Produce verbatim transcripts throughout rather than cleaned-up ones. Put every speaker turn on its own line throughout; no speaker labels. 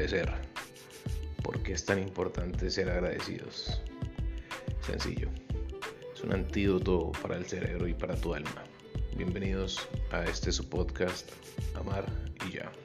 agradecer. ¿Por qué es tan importante ser agradecidos? Sencillo, es un antídoto para el cerebro y para tu alma. Bienvenidos a este su podcast, Amar y Ya.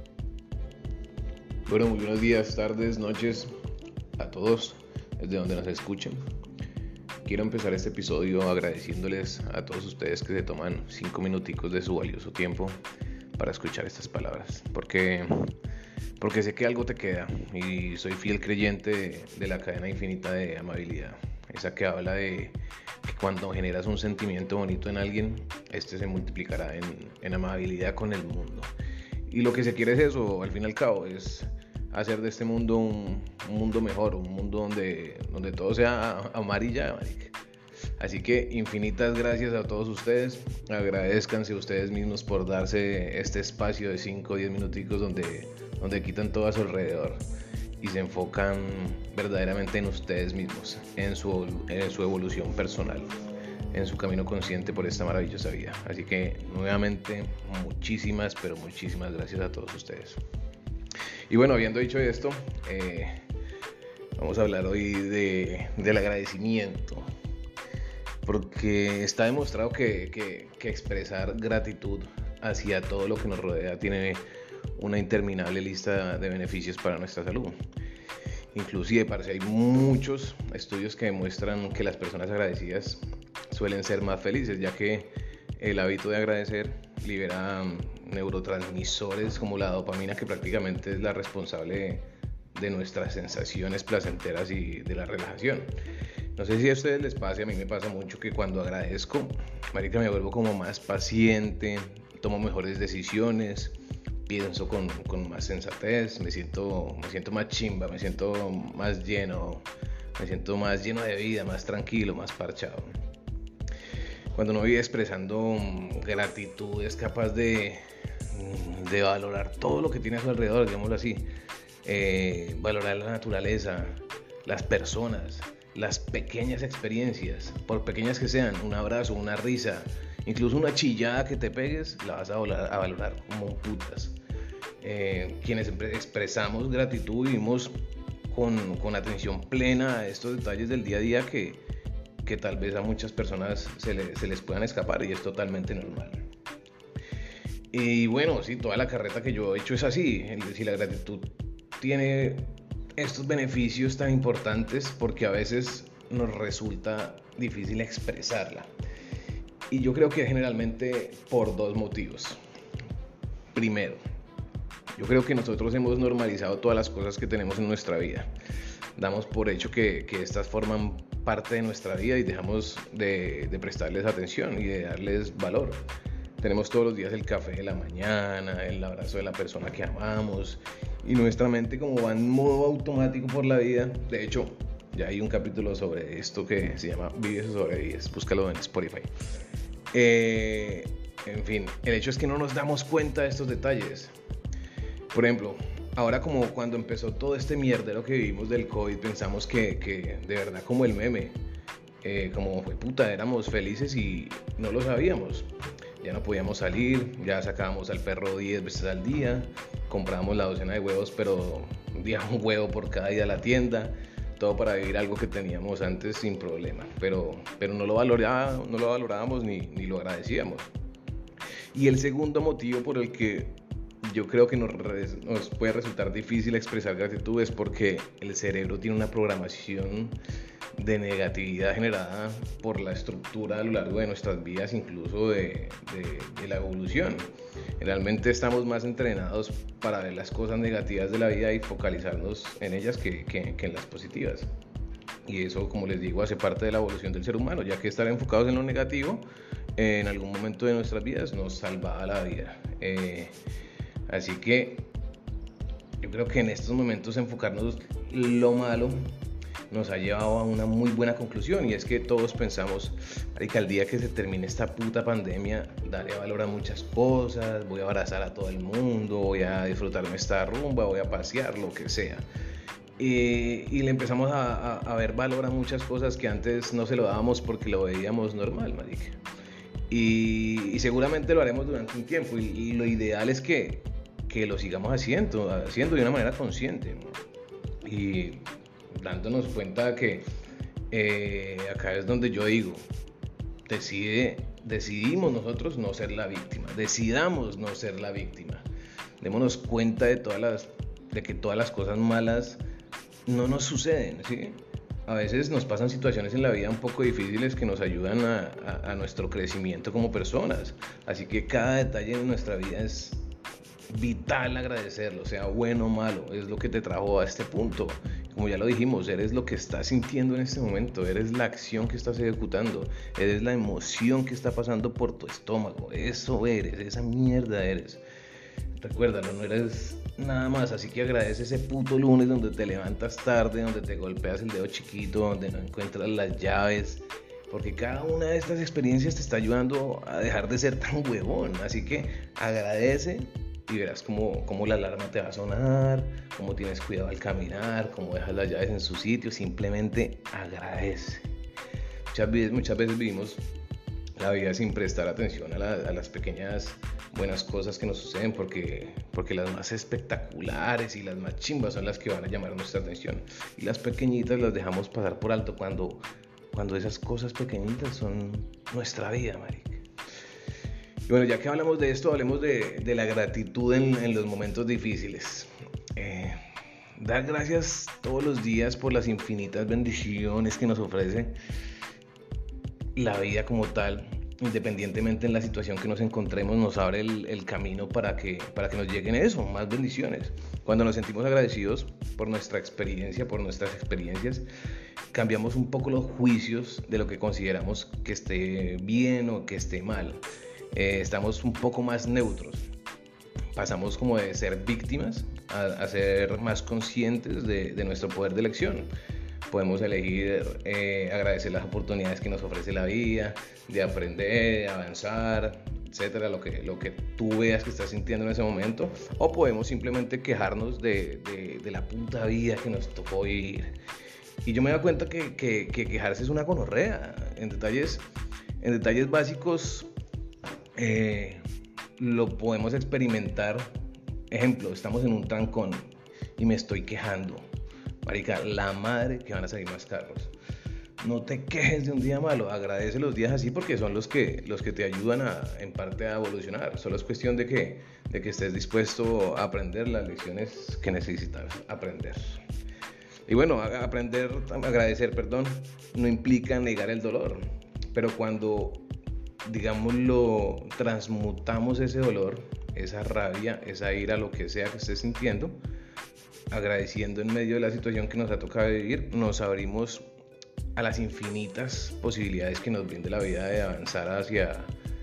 Bueno, muy buenos días, tardes, noches a todos, desde donde nos escuchen. Quiero empezar este episodio agradeciéndoles a todos ustedes que se toman cinco minuticos de su valioso tiempo para escuchar estas palabras, porque, porque sé que algo te queda y soy fiel creyente de, de la cadena infinita de amabilidad, esa que habla de que cuando generas un sentimiento bonito en alguien, este se multiplicará en, en amabilidad con el mundo. Y lo que se quiere es eso, al fin y al cabo, es hacer de este mundo un, un mundo mejor, un mundo donde, donde todo sea amar y ya, marica. Así que infinitas gracias a todos ustedes, agradézcanse ustedes mismos por darse este espacio de cinco o diez minuticos donde, donde quitan todo a su alrededor y se enfocan verdaderamente en ustedes mismos, en su, en su evolución personal, en su camino consciente por esta maravillosa vida. Así que nuevamente muchísimas, pero muchísimas gracias a todos ustedes. Y bueno, habiendo dicho esto, eh, vamos a hablar hoy de, del agradecimiento, porque está demostrado que, que, que expresar gratitud hacia todo lo que nos rodea tiene una interminable lista de beneficios para nuestra salud. Inclusive, parece, hay muchos estudios que demuestran que las personas agradecidas suelen ser más felices, ya que el hábito de agradecer libera neurotransmisores como la dopamina, que prácticamente es la responsable de nuestras sensaciones placenteras y de la relajación. No sé si a ustedes les pasa, a mí me pasa mucho que cuando agradezco, marica, me vuelvo como más paciente, tomo mejores decisiones, pienso con, con más sensatez, me siento, me siento más chimba, me siento más lleno, me siento más lleno de vida, más tranquilo, más parchado. Cuando uno vive expresando gratitud, es capaz de, de valorar todo lo que tiene a su alrededor, digámoslo así, eh, valorar la naturaleza, las personas, las pequeñas experiencias, por pequeñas que sean, un abrazo, una risa, incluso una chillada que te pegues, la vas a valorar, a valorar como putas. Eh, quienes expresamos gratitud vivimos con, con atención plena a estos detalles del día a día que que tal vez a muchas personas se, le, se les puedan escapar, y es totalmente normal. Y bueno, sí, toda la carreta que yo he hecho es así. Es decir, la gratitud tiene estos beneficios tan importantes porque a veces nos resulta difícil expresarla. Y yo creo que generalmente por dos motivos. Primero, yo creo que nosotros hemos normalizado todas las cosas que tenemos en nuestra vida. Damos por hecho que, que estas forman parte de nuestra vida y dejamos de, de prestarles atención y de darles valor. Tenemos todos los días el café de la mañana, el abrazo de la persona que amamos, y nuestra mente como va en modo automático por la vida. De hecho, ya hay un capítulo sobre esto que se llama Vives o Sobrevives, búscalo en Spotify. Eh, en fin, el hecho es que no nos damos cuenta de estos detalles. Por ejemplo, ahora como cuando empezó todo este mierdero que vivimos del COVID, pensamos que, que de verdad, como el meme, eh, como fue puta, éramos felices y no lo sabíamos. Ya no podíamos salir, ya sacábamos al perro diez veces al día, comprábamos la docena de huevos, pero un día un huevo por cada día a la tienda, todo para vivir algo que teníamos antes sin problema, pero, pero no lo valorábamos, no lo valorábamos ni, ni lo agradecíamos. Y el segundo motivo por el que yo creo que nos, nos puede resultar difícil expresar gratitud es porque el cerebro tiene una programación de negatividad generada por la estructura a lo largo de nuestras vidas, incluso de, de, de la evolución. Realmente estamos más entrenados para ver las cosas negativas de la vida y focalizarnos en ellas que, que, que en las positivas. Y eso, como les digo, hace parte de la evolución del ser humano, ya que estar enfocados en lo negativo en algún momento de nuestras vidas nos salva la vida. Eh, Así que yo creo que en estos momentos enfocarnos lo malo nos ha llevado a una muy buena conclusión, y es que todos pensamos, marica, al día que se termine esta puta pandemia, daré valor a muchas cosas, voy a abrazar a todo el mundo, voy a disfrutarme esta rumba, voy a pasear, lo que sea. Y, y le empezamos a, a, a ver valor a muchas cosas que antes no se lo dábamos porque lo veíamos normal, marica. Y, y seguramente lo haremos durante un tiempo, y, y lo ideal es que que lo sigamos haciendo, haciendo de una manera consciente, ¿no? Y dándonos cuenta que eh, acá es donde yo digo, decide, decidimos nosotros no ser la víctima, decidamos no ser la víctima, démonos cuenta de, todas las, de que todas las cosas malas no nos suceden, ¿sí? A veces nos pasan situaciones en la vida un poco difíciles que nos ayudan a, a, a nuestro crecimiento como personas. Así que cada detalle de nuestra vida es vital agradecerlo, sea bueno o malo, es lo que te trajo a este punto. Como ya lo dijimos, eres lo que estás sintiendo en este momento, eres la acción que estás ejecutando, eres la emoción que está pasando por tu estómago, eso eres, esa mierda eres. Recuérdalo, no eres nada más, así que agradece ese puto lunes donde te levantas tarde, donde te golpeas el dedo chiquito, donde no encuentras las llaves, porque cada una de estas experiencias te está ayudando a dejar de ser tan huevón, así que agradece y verás cómo, cómo la alarma te va a sonar, cómo tienes cuidado al caminar, cómo dejas las llaves en su sitio, simplemente agradece. Muchas veces, muchas veces vivimos la vida sin prestar atención a, la, a las pequeñas buenas cosas que nos suceden porque, porque las más espectaculares y las más chimbas son las que van a llamar nuestra atención y las pequeñitas las dejamos pasar por alto cuando, cuando esas cosas pequeñitas son nuestra vida, marica. Y bueno, ya que hablamos de esto, hablemos de, de la gratitud en, en los momentos difíciles. Eh, dar gracias todos los días por las infinitas bendiciones que nos ofrece la vida como tal, independientemente en la situación que nos encontremos, nos abre el, el camino para que, para que nos lleguen eso, más bendiciones. Cuando nos sentimos agradecidos por nuestra experiencia, por nuestras experiencias, cambiamos un poco los juicios de lo que consideramos que esté bien o que esté mal. Eh, estamos un poco más neutros. Pasamos como de ser víctimas a, a ser más conscientes de, de nuestro poder de elección. Podemos elegir eh, agradecer las oportunidades que nos ofrece la vida, de aprender, de avanzar, etcétera, lo que, lo que tú veas que estás sintiendo en ese momento, o podemos simplemente quejarnos de, de, de la puta vida que nos tocó vivir. Y yo me doy cuenta que, que, que quejarse es una gonorrea. En detalles, en detalles básicos eh, lo podemos experimentar. Ejemplo, estamos en un trancón y me estoy quejando. Marica, la madre que van a salir más carros. No te quejes de un día malo, agradece los días así porque son los que, los que te ayudan a, en parte a evolucionar. Solo es cuestión de que, de que estés dispuesto a aprender las lecciones que necesitas aprender. Y bueno, aprender, agradecer, perdón, no implica negar el dolor. Pero cuando, digamos, lo transmutamos ese dolor, esa rabia, esa ira, lo que sea que estés sintiendo, agradeciendo en medio de la situación que nos ha tocado vivir, nos abrimos a las infinitas posibilidades que nos brinda la vida de avanzar hacia,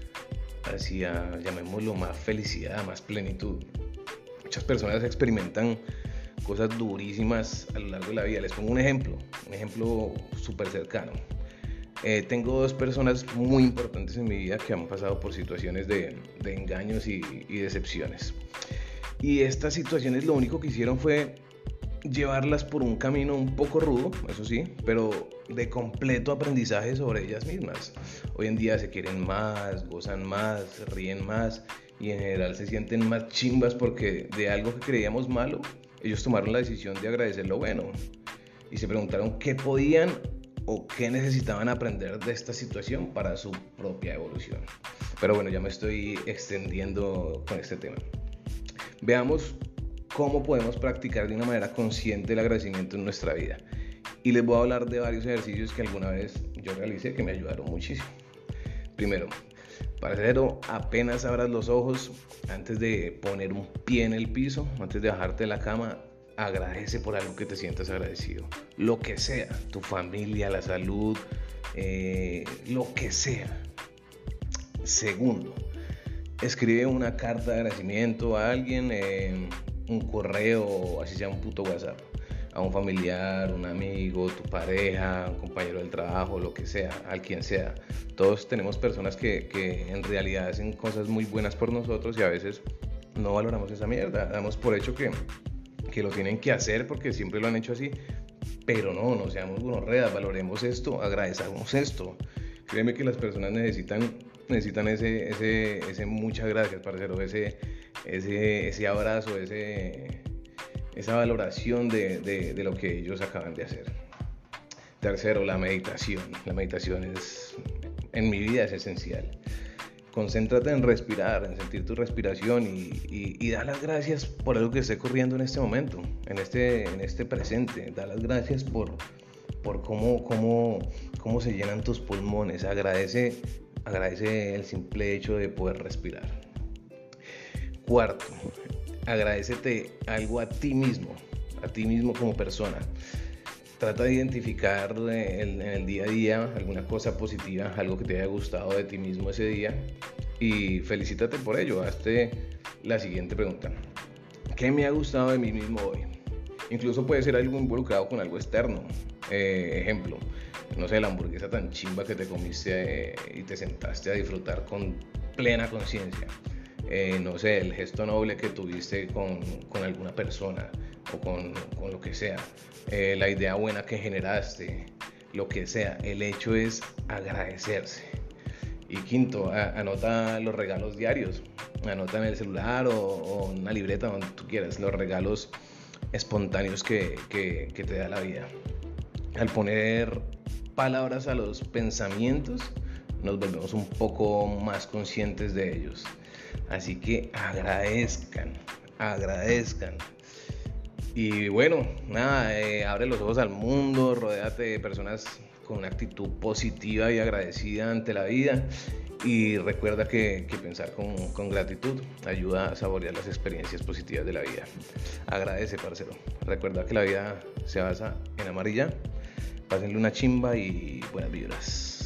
hacia, llamémoslo, más felicidad, más plenitud. Muchas personas experimentan cosas durísimas a lo largo de la vida. Les pongo un ejemplo, un ejemplo súper cercano. Eh, tengo dos personas muy importantes en mi vida que han pasado por situaciones de, de engaños y, y decepciones. Y estas situaciones lo único que hicieron fue llevarlas por un camino un poco rudo, eso sí, pero de completo aprendizaje sobre ellas mismas. Hoy en día se quieren más, gozan más, ríen más y en general se sienten más chimbas porque de algo que creíamos malo, ellos tomaron la decisión de agradecer lo bueno y se preguntaron qué podían o qué necesitaban aprender de esta situación para su propia evolución. Pero bueno, ya me estoy extendiendo con este tema. Veamos cómo podemos practicar de una manera consciente el agradecimiento en nuestra vida. Y les voy a hablar de varios ejercicios que alguna vez yo realicé que me ayudaron muchísimo. Primero, parcero, apenas abras los ojos, antes de poner un pie en el piso, antes de bajarte de la cama, agradece por algo que te sientas agradecido. Lo que sea, tu familia, la salud, eh, lo que sea. Segundo, escribe una carta de agradecimiento a alguien, eh, un correo, así sea un puto WhatsApp, a un familiar, un amigo, tu pareja, un compañero del trabajo, lo que sea, a quien sea. Todos tenemos personas que, que en realidad hacen cosas muy buenas por nosotros y a veces no valoramos esa mierda. Damos por hecho que, que lo tienen que hacer porque siempre lo han hecho así, pero no, no seamos gonorreas, valoremos esto, agradezcamos esto. Créeme que las personas necesitan necesitan ese, ese, ese muchas gracias, parcero, ese, ese, ese abrazo, ese, esa valoración de, de, de lo que ellos acaban de hacer. Tercero, la meditación. La meditación es, en mi vida es esencial. Concéntrate en respirar, en sentir tu respiración y, y, y da las gracias por algo que esté ocurriendo en este momento, en este, en este presente. Da las gracias por, por cómo, cómo, cómo se llenan tus pulmones. Agradece, agradece el simple hecho de poder respirar. Cuarto, agradécete algo a ti mismo, a ti mismo como persona. Trata de identificar en el día a día alguna cosa positiva, algo que te haya gustado de ti mismo ese día y felicítate por ello. Hazte la siguiente pregunta: ¿qué me ha gustado de mí mismo hoy? Incluso puede ser algo involucrado con algo externo. Eh, ejemplo, no sé, la hamburguesa tan chimba que te comiste eh, y te sentaste a disfrutar con plena conciencia. Eh, no sé, el gesto noble que tuviste con, con alguna persona o con, con lo que sea, eh, la idea buena que generaste, lo que sea. El hecho es agradecerse. Y quinto, a, anota los regalos diarios, anota en el celular o, o en una libreta, donde tú quieras, los regalos espontáneos que, que, que te da la vida. Al poner palabras a los pensamientos, nos volvemos un poco más conscientes de ellos. Así que agradezcan, agradezcan. Y bueno, nada, eh, abre los ojos al mundo, rodéate de personas con una actitud positiva y agradecida ante la vida. Y recuerda que, que pensar con, con gratitud ayuda a saborear las experiencias positivas de la vida. Agradece, parcero. Recuerda que la vida se basa en amarilla. Pásenle una chimba y buenas vibras.